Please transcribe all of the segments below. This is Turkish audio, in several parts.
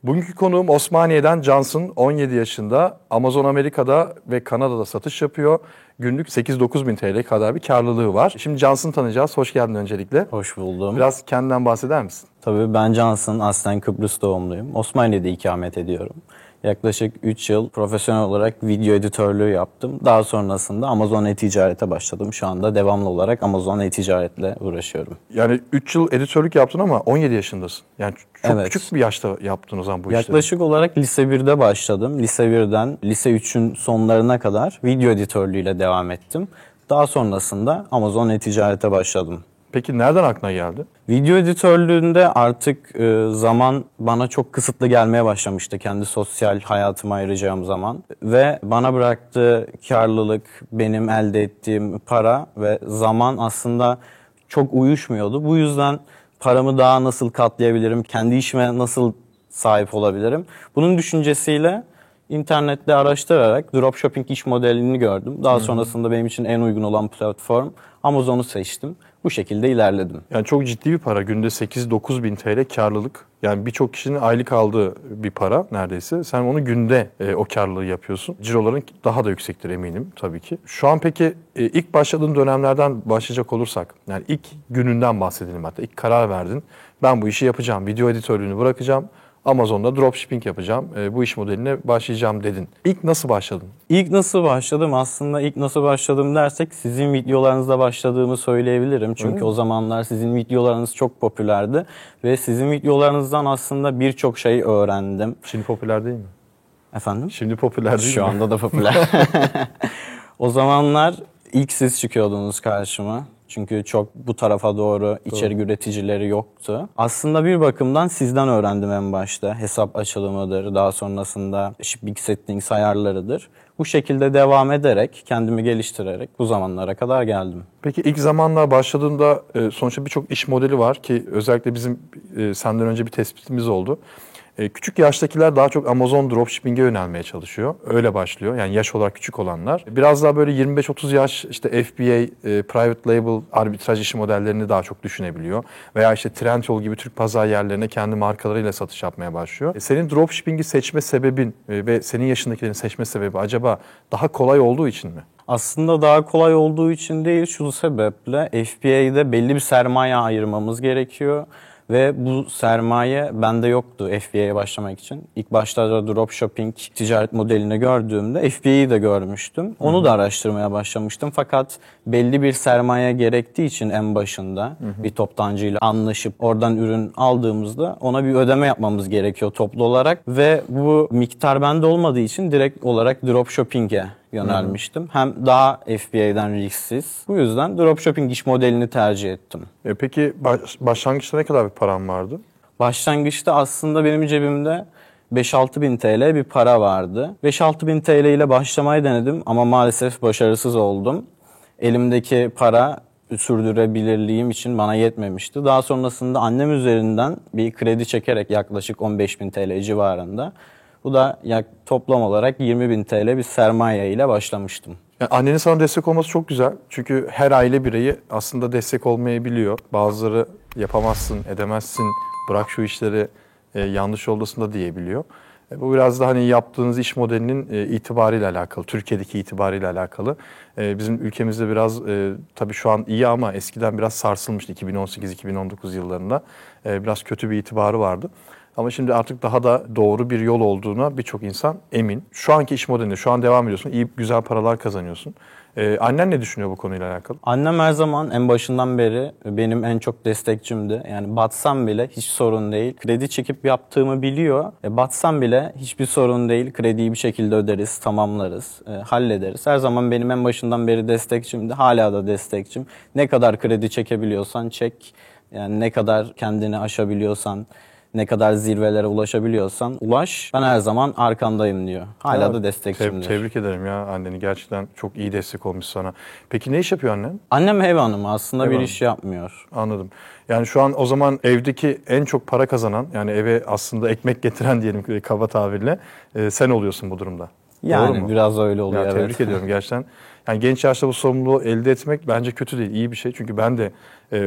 Bugünkü konuğum Osmaniye'den Cansın, 17 yaşında. Amazon Amerika'da ve Kanada'da satış yapıyor. Günlük 8-9 bin TL kadar bir karlılığı var. Şimdi Cansın'ı tanıyacağız. Hoş geldin öncelikle. Hoş buldum. Biraz kendinden bahseder misin? Tabii ben Cansın, aslen Kıbrıs doğumluyum. Osmaniye'de ikamet ediyorum. Yaklaşık 3 yıl profesyonel olarak video editörlüğü yaptım. Daha sonrasında Amazon e-ticarete başladım. Şu anda devamlı olarak Amazon e-ticaretle uğraşıyorum. Yani 3 yıl editörlük yaptın ama 17 yaşındasın. Yani çok Evet. küçük bir yaşta yaptın o zaman bu işleri. Yaklaşık olarak lise 1'de başladım. Lise 1'den lise 3'ün sonlarına kadar video editörlüğüyle devam ettim. Daha sonrasında Amazon e-ticarete başladım. Peki nereden aklına geldi? Video editörlüğünde artık zaman bana çok kısıtlı gelmeye başlamıştı. Kendi sosyal hayatıma ayıracağım zaman. Ve bana bıraktığı karlılık, benim elde ettiğim para ve zaman aslında çok uyuşmuyordu. Bu yüzden paramı daha nasıl katlayabilirim, kendi işime nasıl sahip olabilirim? Bunun düşüncesiyle internette araştırarak dropshipping iş modelini gördüm. Daha sonrasında benim için en uygun olan platform Amazon'u seçtim. Bu şekilde ilerledim. Yani çok ciddi bir para. Günde 8-9 bin TL karlılık. Yani birçok kişinin aylık aldığı bir para neredeyse. Sen onu günde o karlılığı yapıyorsun. Ciroların daha da yüksektir eminim tabii ki. Şu an peki ilk başladığın dönemlerden başlayacak olursak, yani ilk gününden bahsedelim hatta. İlk karar verdin. Ben bu işi yapacağım. Video editörlüğünü bırakacağım. Amazon'da dropshipping yapacağım. Bu iş modeline başlayacağım dedin. İlk nasıl başladın? İlk nasıl başladım? Aslında ilk nasıl başladım dersek sizin videolarınızda başladığımı söyleyebilirim. Çünkü o zamanlar sizin videolarınız çok popülerdi. Ve sizin videolarınızdan aslında birçok şey öğrendim. Şimdi popüler değil mi? Efendim? Şimdi popüler değil mi? Şu anda da popüler. O zamanlar ilk siz çıkıyordunuz karşıma. Çünkü çok bu tarafa doğru içerik üreticileri yoktu. Aslında bir bakımdan sizden öğrendim en başta. Hesap açılımıdır, daha sonrasında shipping settings ayarlarıdır. Bu şekilde devam ederek, kendimi geliştirerek bu zamanlara kadar geldim. Peki ilk zamanlar başladığında sonuçta birçok iş modeli var ki özellikle bizim senden önce bir tespitimiz oldu. Küçük yaştakiler daha çok Amazon dropshipping'e yönelmeye çalışıyor. Öyle başlıyor. Yani yaş olarak küçük olanlar. Biraz daha böyle 25-30 yaş işte FBA, private label, arbitraj işi modellerini daha çok düşünebiliyor. Veya işte Trendyol gibi Türk pazar yerlerine kendi markalarıyla satış yapmaya başlıyor. Senin dropshipping'i seçme sebebin ve senin yaşındakilerin seçme sebebi acaba daha kolay olduğu için mi? Aslında daha kolay olduğu için değil, şu sebeple FBA'de belli bir sermaye ayırmamız gerekiyor. Ve bu sermaye bende yoktu FBA'ye başlamak için. İlk başlarda dropshipping ticaret modelini gördüğümde FBA'yi de görmüştüm. Onu da araştırmaya başlamıştım. Fakat belli bir sermaye gerektiği için en başında bir toptancıyla anlaşıp oradan ürün aldığımızda ona bir ödeme yapmamız gerekiyor toplu olarak. Ve bu miktar bende olmadığı için direkt olarak dropshipping'e yönelmiştim. Hem daha FBA'den risksiz. Bu yüzden dropshipping iş modelini tercih ettim. Peki başlangıçta ne kadar bir paran vardı? Başlangıçta aslında benim cebimde 5-6 bin TL bir para vardı. 5-6 bin TL ile başlamayı denedim ama maalesef başarısız oldum. Elimdeki para sürdürebilirliğim için bana yetmemişti. Daha sonrasında annem üzerinden bir kredi çekerek yaklaşık 15 bin TL civarında. Bu da toplam olarak 20 bin TL bir sermaye ile başlamıştım. Yani annenin sana destek olması çok güzel. Çünkü her aile bireyi aslında destek olmayabiliyor. Bazıları yapamazsın, edemezsin, bırak şu işleri, yanlış yoldasın da diyebiliyor. Bu biraz da hani yaptığınız iş modelinin itibarıyla alakalı, Türkiye'deki itibarıyla alakalı. Bizim ülkemizde biraz tabii şu an iyi ama eskiden biraz sarsılmıştı 2018-2019 yıllarında. Biraz kötü bir itibarı vardı. Ama şimdi artık daha da doğru bir yol olduğuna birçok insan emin. Şu anki iş modelinde, şu an devam ediyorsun, iyi güzel paralar kazanıyorsun. Annen ne düşünüyor bu konuyla alakalı? Annem her zaman en başından beri benim en çok destekçimdi. Yani batsam bile hiç sorun değil. Kredi çekip yaptığımı biliyor. Batsam bile hiçbir sorun değil. Krediyi bir şekilde öderiz, tamamlarız, hallederiz. Her zaman benim en başından beri destekçimdi. Hala da destekçim. Ne kadar kredi çekebiliyorsan çek. Yani ne kadar kendini aşabiliyorsan, ne kadar zirvelere ulaşabiliyorsan ulaş. Ben her zaman arkandayım diyor. Hala da destekçimdir. Tebrik ederim ya anneni. Gerçekten çok iyi destek olmuş sana. Peki ne iş yapıyor annen? Annem ev hanımı, aslında Ev bir hanımı. iş yapmıyor. Anladım. Yani şu an o zaman evdeki en çok para kazanan, yani eve aslında ekmek getiren diyelim kaba tabirle sen oluyorsun bu durumda. Yani mu? biraz öyle oluyor, Ya, evet. tebrik ediyorum gerçekten. Yani genç yaşta bu sorumluluğu elde etmek bence kötü değil, iyi bir şey. Çünkü ben de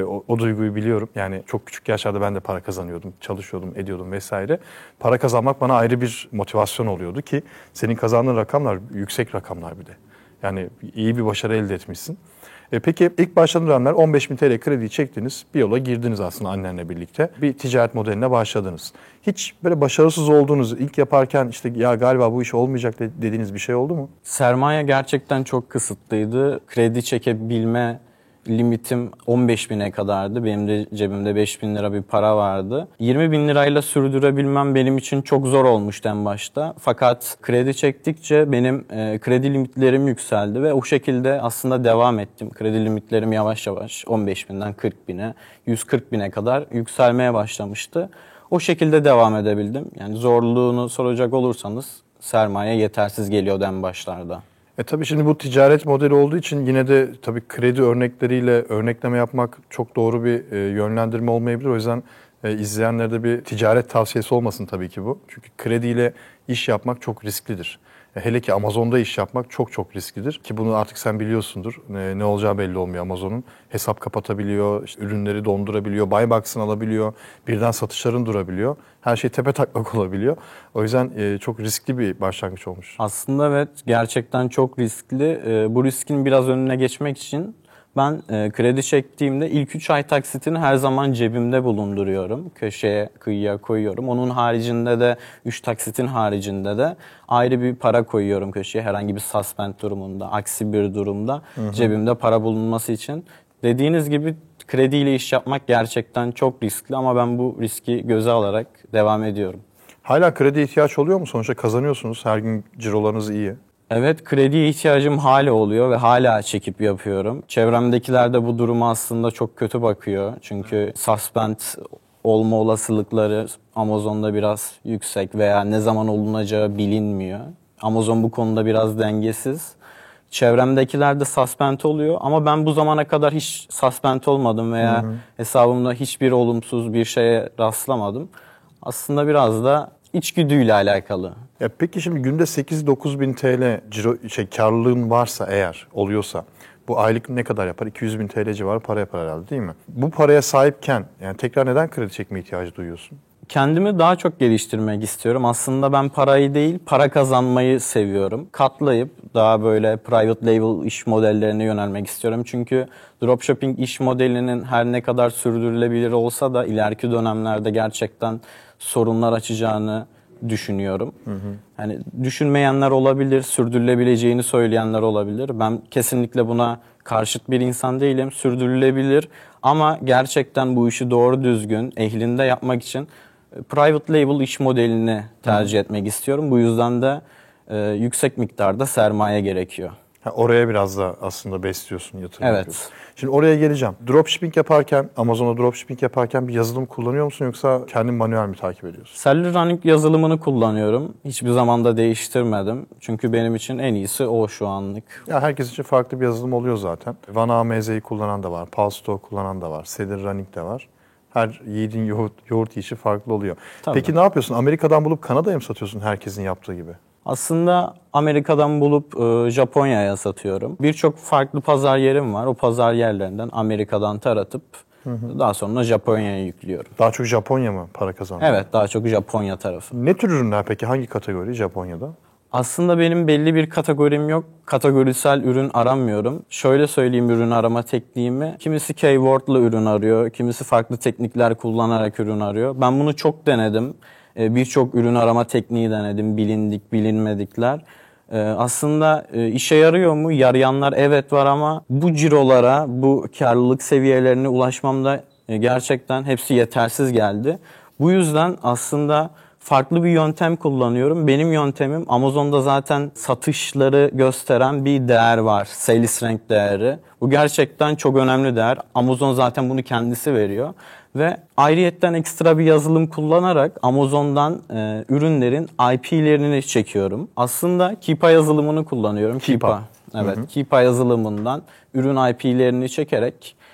o duyguyu biliyorum. Yani çok küçük yaşlarda ben de para kazanıyordum, çalışıyordum, ediyordum vesaire. Para kazanmak bana ayrı bir motivasyon oluyordu ki senin kazandığın rakamlar yüksek rakamlar bir de. Yani iyi bir başarı elde etmişsin. Peki ilk başladığın dönemler 15.000 TL krediyi çektiniz. Bir yola girdiniz aslında annenle birlikte. Bir ticaret modeline başladınız. Hiç böyle başarısız olduğunuz, ilk yaparken işte ya galiba bu iş olmayacak dediğiniz bir şey oldu mu? Sermaye gerçekten çok kısıtlıydı. Kredi çekebilme limitim 15.000'e kadardı. Benim de cebimde 5.000 lira bir para vardı. 20.000 lirayla sürdürebilmem benim için çok zor olmuştu en başta. Fakat kredi çektikçe benim kredi limitlerim yükseldi ve o şekilde aslında devam ettim. Kredi limitlerim yavaş yavaş 15.000'den 40.000'e, 140.000'e kadar yükselmeye başlamıştı. O şekilde devam edebildim. Yani zorluğunu soracak olursanız sermaye yetersiz geliyordu en başlarda. Tabii şimdi bu ticaret modeli olduğu için yine de tabii kredi örnekleriyle örnekleme yapmak çok doğru bir yönlendirme olmayabilir. O yüzden izleyenlere de bir ticaret tavsiyesi olmasın tabii ki bu. Çünkü krediyle iş yapmak çok risklidir. Hele ki Amazon'da iş yapmak çok çok risklidir. Ki bunu artık sen biliyorsundur. Ne olacağı belli olmuyor Amazon'un. Hesap kapatabiliyor, işte ürünleri dondurabiliyor, buy box'ını alabiliyor, birden satışların durabiliyor. Her şey tepe taklak olabiliyor. O yüzden çok riskli bir başlangıç olmuş. Aslında evet, gerçekten çok riskli. Bu riskin biraz önüne geçmek için ben kredi çektiğimde ilk 3 ay taksitini her zaman cebimde bulunduruyorum. Köşeye, kıyıya koyuyorum. Onun haricinde de 3 taksitin haricinde de ayrı bir para koyuyorum köşeye. Herhangi bir suspend durumunda, aksi bir durumda cebimde para bulunması için. Dediğiniz gibi krediyle iş yapmak gerçekten çok riskli ama ben bu riski göze alarak devam ediyorum. Hala krediye ihtiyaç oluyor mu? Sonuçta kazanıyorsunuz. Her gün cirolarınız iyi. Evet, krediye ihtiyacım hala oluyor ve hala çekip yapıyorum. Çevremdekiler de bu duruma aslında çok kötü bakıyor. Çünkü suspend olma olasılıkları Amazon'da biraz yüksek veya ne zaman olunacağı bilinmiyor. Amazon bu konuda biraz dengesiz. Çevremdekiler de suspend oluyor ama ben bu zamana kadar hiç suspend olmadım veya hesabımda hiçbir olumsuz bir şeye rastlamadım. Aslında biraz da içgüdüyle alakalı. Peki şimdi günde 8-9 bin TL karlılığın varsa eğer oluyorsa bu aylık ne kadar yapar? 200 bin TL civarı para yapar herhalde değil mi? Bu paraya sahipken yani tekrar neden kredi çekme ihtiyacı duyuyorsun? Kendimi daha çok geliştirmek istiyorum. Aslında ben parayı değil, para kazanmayı seviyorum. Katlayıp daha böyle private label iş modellerine yönelmek istiyorum. Çünkü dropshipping iş modelinin her ne kadar sürdürülebilir olsa da ileriki dönemlerde gerçekten sorunlar açacağını düşünüyorum. Hani düşünmeyenler olabilir, sürdürülebileceğini söyleyenler olabilir. Ben kesinlikle buna karşıt bir insan değilim. Sürdürülebilir ama gerçekten bu işi doğru düzgün, ehlinde yapmak için private label iş modelini tercih etmek istiyorum. Bu yüzden de yüksek miktarda sermaye gerekiyor. Oraya biraz da aslında besliyorsun, yatırım Evet. yapıyorsun. Şimdi oraya geleceğim. Dropshipping yaparken, Amazon'da dropshipping yaparken bir yazılım kullanıyor musun yoksa kendin manuel mi takip ediyorsun? Seller Running yazılımını kullanıyorum. Hiçbir zaman da değiştirmedim. Çünkü benim için en iyisi o şu anlık. Ya herkes için farklı bir yazılım oluyor zaten. OneAMZ'yi kullanan da var, Palstore kullanan da var, Seller Running de var. Her yiğidin yoğurt yiyişi farklı oluyor. Tabii. Peki ne yapıyorsun? Amerika'dan bulup Kanada'ya mı satıyorsun herkesin yaptığı gibi? Aslında Amerika'dan bulup Japonya'ya satıyorum. Birçok farklı pazar yerim var. O pazar yerlerinden Amerika'dan taratıp daha sonra Japonya'ya yüklüyorum. Daha çok Japonya mı para kazanıyor? Evet, daha çok Japonya tarafı. Ne tür ürünler peki? Hangi kategori Japonya'da? Aslında benim belli bir kategorim yok. Kategorisel ürün aramıyorum. Şöyle söyleyeyim ürün arama tekniğimi. Kimisi keyword'la ürün arıyor, kimisi farklı teknikler kullanarak ürün arıyor. Ben bunu çok denedim. Birçok ürün arama tekniği denedim. Bilindik, bilinmedikler. Aslında işe yarıyor mu? Yarayanlar evet var ama bu cirolara, bu karlılık seviyelerine ulaşmamda gerçekten hepsi yetersiz geldi. Bu yüzden aslında farklı bir yöntem kullanıyorum. Benim yöntemim Amazon'da zaten satışları gösteren bir değer var. Sales rank değeri. Bu gerçekten çok önemli değer. Amazon zaten bunu kendisi veriyor. Ve ayrıyetten ekstra bir yazılım kullanarak Amazon'dan ürünlerin IP'lerini çekiyorum. Aslında Keepa yazılımını kullanıyorum. Keepa. Evet, Keepa yazılımından ürün IP'lerini çekerek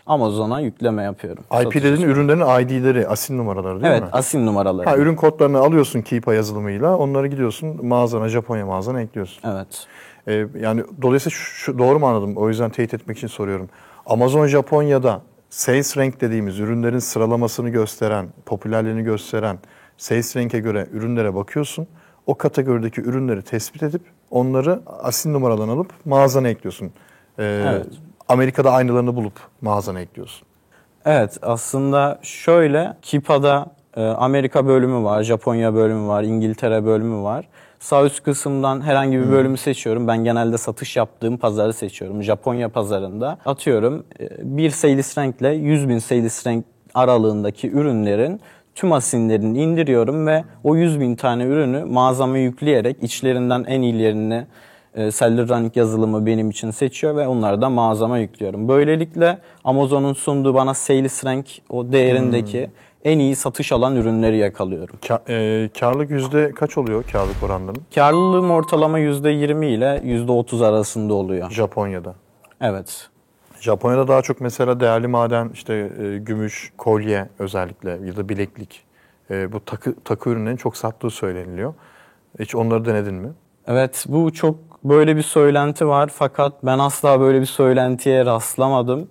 Amazon'a yükleme yapıyorum. IP dediğin ürünlerin ID'leri, asil numaraları değil mi? Evet, asim numaraları. Ha, ürün kodlarını alıyorsun Keepa yazılımıyla. Onları gidiyorsun mağazana, Japonya mağazana ekliyorsun. Evet. Yani dolayısıyla doğru mu anladım? O yüzden teyit etmek için soruyorum. Amazon Japonya'da Sales Rank dediğimiz ürünlerin sıralamasını gösteren, popülerliğini gösteren Sales Rank'e göre ürünlere bakıyorsun. O kategorideki ürünleri tespit edip onları asil numaradan alıp mağazana ekliyorsun. Evet. Amerika'da aynılarını bulup mağazana ekliyorsun. Evet, aslında şöyle, Keepa'da Amerika bölümü var, Japonya bölümü var, İngiltere bölümü var. Sağ üst kısımdan herhangi bir bölümü seçiyorum. Ben genelde satış yaptığım pazarı seçiyorum. Japonya pazarında atıyorum bir sales rank ile 100.000 sales rank aralığındaki ürünlerin tüm asinlerini indiriyorum ve o 100.000 tane ürünü mağazama yükleyerek içlerinden en iyilerini Seller Running yazılımı benim için seçiyor ve onları da mağazama yüklüyorum. Böylelikle Amazon'un sunduğu bana sales rank o değerindeki en iyi satış alan ürünleri yakalıyorum. Karlık yüzde kaç oluyor karlık oranların? Karlılığım ortalama %20 ile %30 arasında oluyor. Japonya'da. Evet. Japonya'da daha çok mesela değerli maden, işte gümüş, kolye özellikle ya da bileklik. Bu takı ürünlerin çok sattığı söyleniliyor. Hiç onları denedin mi? Evet, bu çok böyle bir söylenti var fakat ben asla böyle bir söylentiye rastlamadım.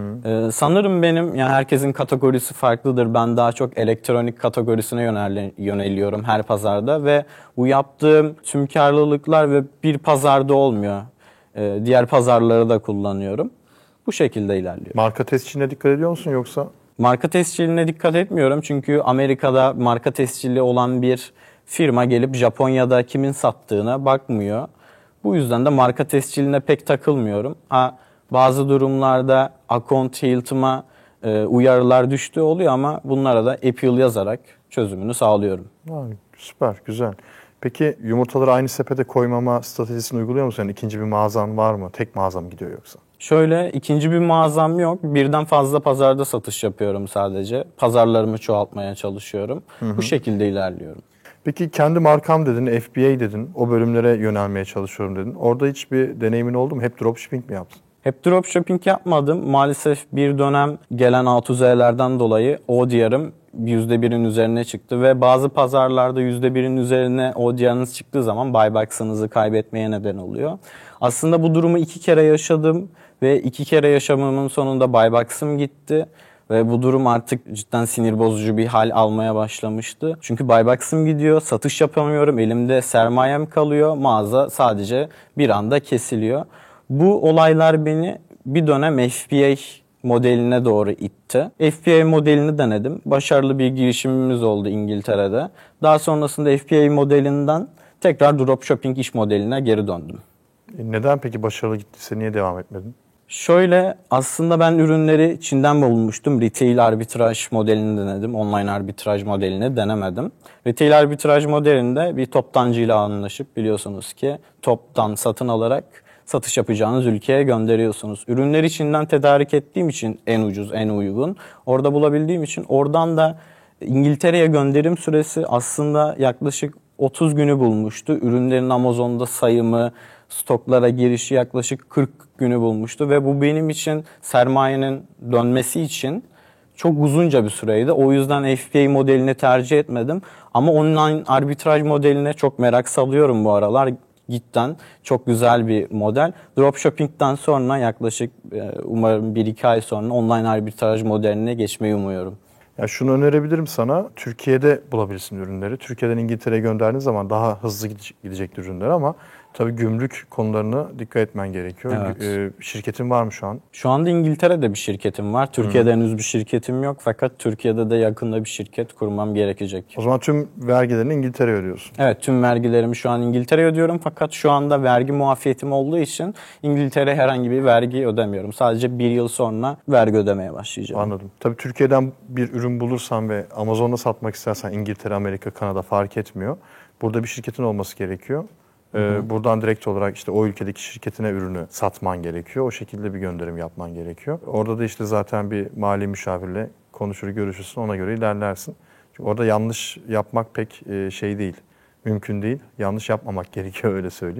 Sanırım benim, yani herkesin kategorisi farklıdır. Ben daha çok elektronik kategorisine yöneliyorum her pazarda ve bu yaptığım tüm karlılıklar ve bir pazarda olmuyor. Diğer pazarları da kullanıyorum. Bu şekilde ilerliyor. Marka tescilline dikkat ediyor musun yoksa? Marka tescilline dikkat etmiyorum çünkü Amerika'da marka tescilli olan bir firma gelip Japonya'da kimin sattığına bakmıyor. Bu yüzden de marka tesciline pek takılmıyorum. Bazı durumlarda account health'ıma uyarılar düştüğü oluyor ama bunlara da appeal yazarak çözümünü sağlıyorum. Süper, güzel. Peki yumurtaları aynı sepete koymama stratejisini uyguluyor musun? Yani ikinci bir mağazan var mı? Tek mağaza mı gidiyor yoksa? Şöyle, ikinci bir mağazam yok. Birden fazla pazarda satış yapıyorum sadece. Pazarlarımı çoğaltmaya çalışıyorum. Bu şekilde ilerliyorum. Peki kendi markam dedin, FBA dedin, o bölümlere yönelmeye çalışıyorum dedin. Orada hiçbir deneyimin oldu mu? Hep dropshipping mi yaptın? Hep dropshipping yapmadım. Maalesef bir dönem gelen A2Z'lerden dolayı ODR'ım %1'in üzerine çıktı ve bazı pazarlarda %1'in üzerine ODR'ınız çıktığı zaman buybox'ınızı kaybetmeye neden oluyor. Aslında bu durumu 2 kere yaşadım ve 2 kere yaşamamın sonunda buybox'ım gitti. Ve bu durum artık cidden sinir bozucu bir hal almaya başlamıştı. Çünkü buybox'ım gidiyor, satış yapamıyorum, elimde sermayem kalıyor, mağaza sadece bir anda kesiliyor. Bu olaylar beni bir dönem FBA modeline doğru itti. FBA modelini denedim. Başarılı bir girişimimiz oldu İngiltere'de. Daha sonrasında FBA modelinden tekrar dropshipping iş modeline geri döndüm. Neden peki başarılı gittiyse niye devam etmedin? Şöyle, aslında ben ürünleri Çin'den bulmuştum. Retail arbitraj modelini denedim. Online arbitraj modelini denemedim. Retail arbitraj modelinde bir toptancıyla anlaşıp biliyorsunuz ki toptan satın alarak satış yapacağınız ülkeye gönderiyorsunuz. Ürünleri Çin'den tedarik ettiğim için en ucuz, en uygun. Orada bulabildiğim için oradan da İngiltere'ye gönderim süresi aslında yaklaşık 30 günü bulmuştu. Ürünlerin Amazon'da sayımı, stoklara girişi yaklaşık 40 günü bulmuştu ve bu benim için sermayenin dönmesi için çok uzunca bir süreydi. O yüzden FBA modelini tercih etmedim. Ama online arbitraj modeline çok merak salıyorum bu aralar. Cidden çok güzel bir model. Dropshipping'den sonra yaklaşık umarım 1-2 ay sonra online arbitraj modeline geçmeyi umuyorum. Ya şunu önerebilirim sana. Türkiye'de bulabilirsin ürünleri. Türkiye'den İngiltere'ye gönderdiğin zaman daha hızlı gidecek ürünler ama tabii gümrük konularına dikkat etmen gerekiyor. Evet. Şirketin var mı şu an? Şu anda İngiltere'de bir şirketim var. Türkiye'de henüz bir şirketim yok fakat Türkiye'de de yakında bir şirket kurmam gerekecek. O zaman tüm vergilerini İngiltere'ye ödüyorsun. Evet, tüm vergilerimi şu an İngiltere'ye ödüyorum fakat şu anda vergi muafiyetim olduğu için İngiltere'ye herhangi bir vergi ödemiyorum. Sadece bir yıl sonra vergi ödemeye başlayacağım. Anladım. Tabii Türkiye'den bir ürün bulursan ve Amazon'da satmak istersen İngiltere, Amerika, Kanada fark etmiyor. Burada bir şirketin olması gerekiyor. Buradan direkt olarak işte o ülkedeki şirketine ürünü satman gerekiyor. O şekilde bir gönderim yapman gerekiyor. Orada da işte zaten bir mali müşavirle konuşur, görüşürsün, ona göre ilerlersin. Çünkü orada yanlış yapmak pek şey değil, mümkün değil. Yanlış yapmamak gerekiyor öyle söyleyeyim.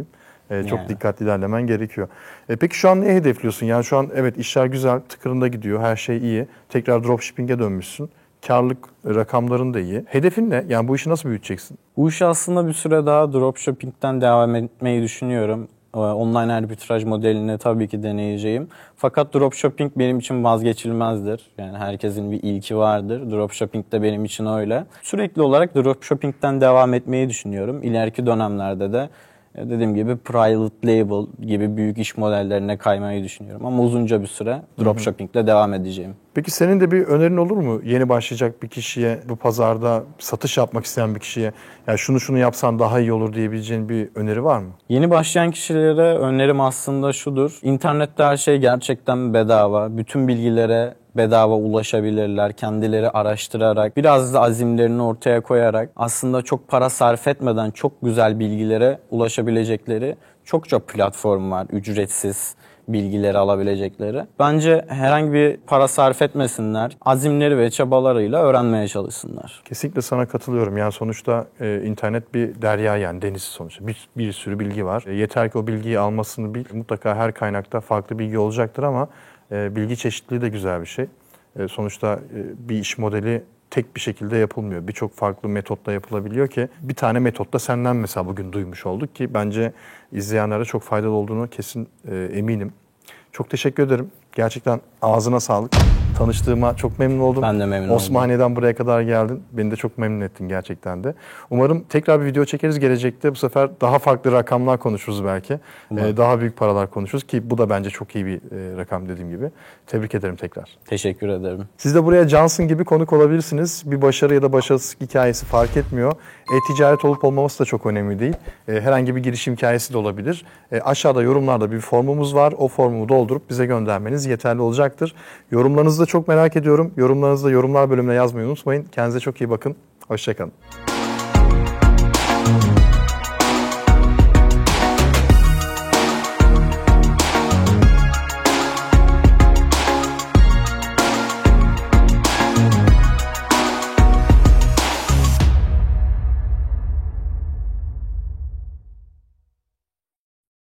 Çok Yani. dikkatli ilerlemen gerekiyor. Peki şu an ne hedefliyorsun? Yani şu an evet işler güzel, tıkırında gidiyor, her şey iyi. Tekrar dropshipping'e dönmüşsün. Karlılık rakamların da iyi. Hedefin ne? Yani bu işi nasıl büyüteceksin? Bu işi aslında bir süre daha dropshipping'den devam etmeyi düşünüyorum. Online arbitraj modelini tabii ki deneyeceğim. Fakat dropshipping benim için vazgeçilmezdir. Yani herkesin bir ilki vardır. Dropshipping de benim için öyle. Sürekli olarak dropshipping'den devam etmeyi düşünüyorum. İleriki dönemlerde de dediğim gibi private label gibi büyük iş modellerine kaymayı düşünüyorum. Ama uzunca bir süre dropshippingle devam edeceğim. Peki senin de bir önerin olur mu? Yeni başlayacak bir kişiye, bu pazarda satış yapmak isteyen bir kişiye, ya şunu yapsan daha iyi olur diyebileceğin bir öneri var mı? Yeni başlayan kişilere önerim aslında şudur. İnternette her şey gerçekten bedava. Bütün bilgilere bedava ulaşabilirler. Kendileri araştırarak, biraz da azimlerini ortaya koyarak aslında çok para sarf etmeden çok güzel bilgilere ulaşabilecekleri çokça platform var. Ücretsiz bilgileri alabilecekleri. Bence herhangi bir para sarf etmesinler. Azimleri ve çabalarıyla öğrenmeye çalışsınlar. Kesinlikle sana katılıyorum. Yani sonuçta internet bir derya, yani deniz sonuçta. Bir sürü bilgi var. Yeter ki o bilgiyi almasını bil. Mutlaka her kaynakta farklı bilgi olacaktır ama bilgi çeşitliliği de güzel bir şey. Sonuçta bir iş modeli tek bir şekilde yapılmıyor. Birçok farklı metotla yapılabiliyor ki bir tane metotla senden mesela bugün duymuş olduk ki bence izleyenlere çok faydalı olduğunu kesin eminim. Çok teşekkür ederim. Gerçekten ağzına sağlık. Tanıştığıma çok memnun oldum. Ben de memnun oldum. Osmaniye'den buraya kadar geldin. Beni de çok memnun ettin gerçekten de. Umarım tekrar bir video çekeriz gelecekte. Bu sefer daha farklı rakamlar konuşuruz belki. Daha büyük paralar konuşuruz ki bu da bence çok iyi bir rakam dediğim gibi. Tebrik ederim tekrar. Teşekkür ederim. Siz de buraya Johnson gibi konuk olabilirsiniz. Bir başarı ya da başarısızlık hikayesi fark etmiyor. Ticaret olup olmaması da çok önemli değil. Herhangi bir girişim hikayesi de olabilir. Aşağıda yorumlarda bir formumuz var. O formu doldurup bize göndermeniz yeterli olacaktır. Yorumlarınızı da çok merak ediyorum. Yorumlarınızı da yorumlar bölümüne yazmayı unutmayın. Kendinize çok iyi bakın. Hoşça kalın.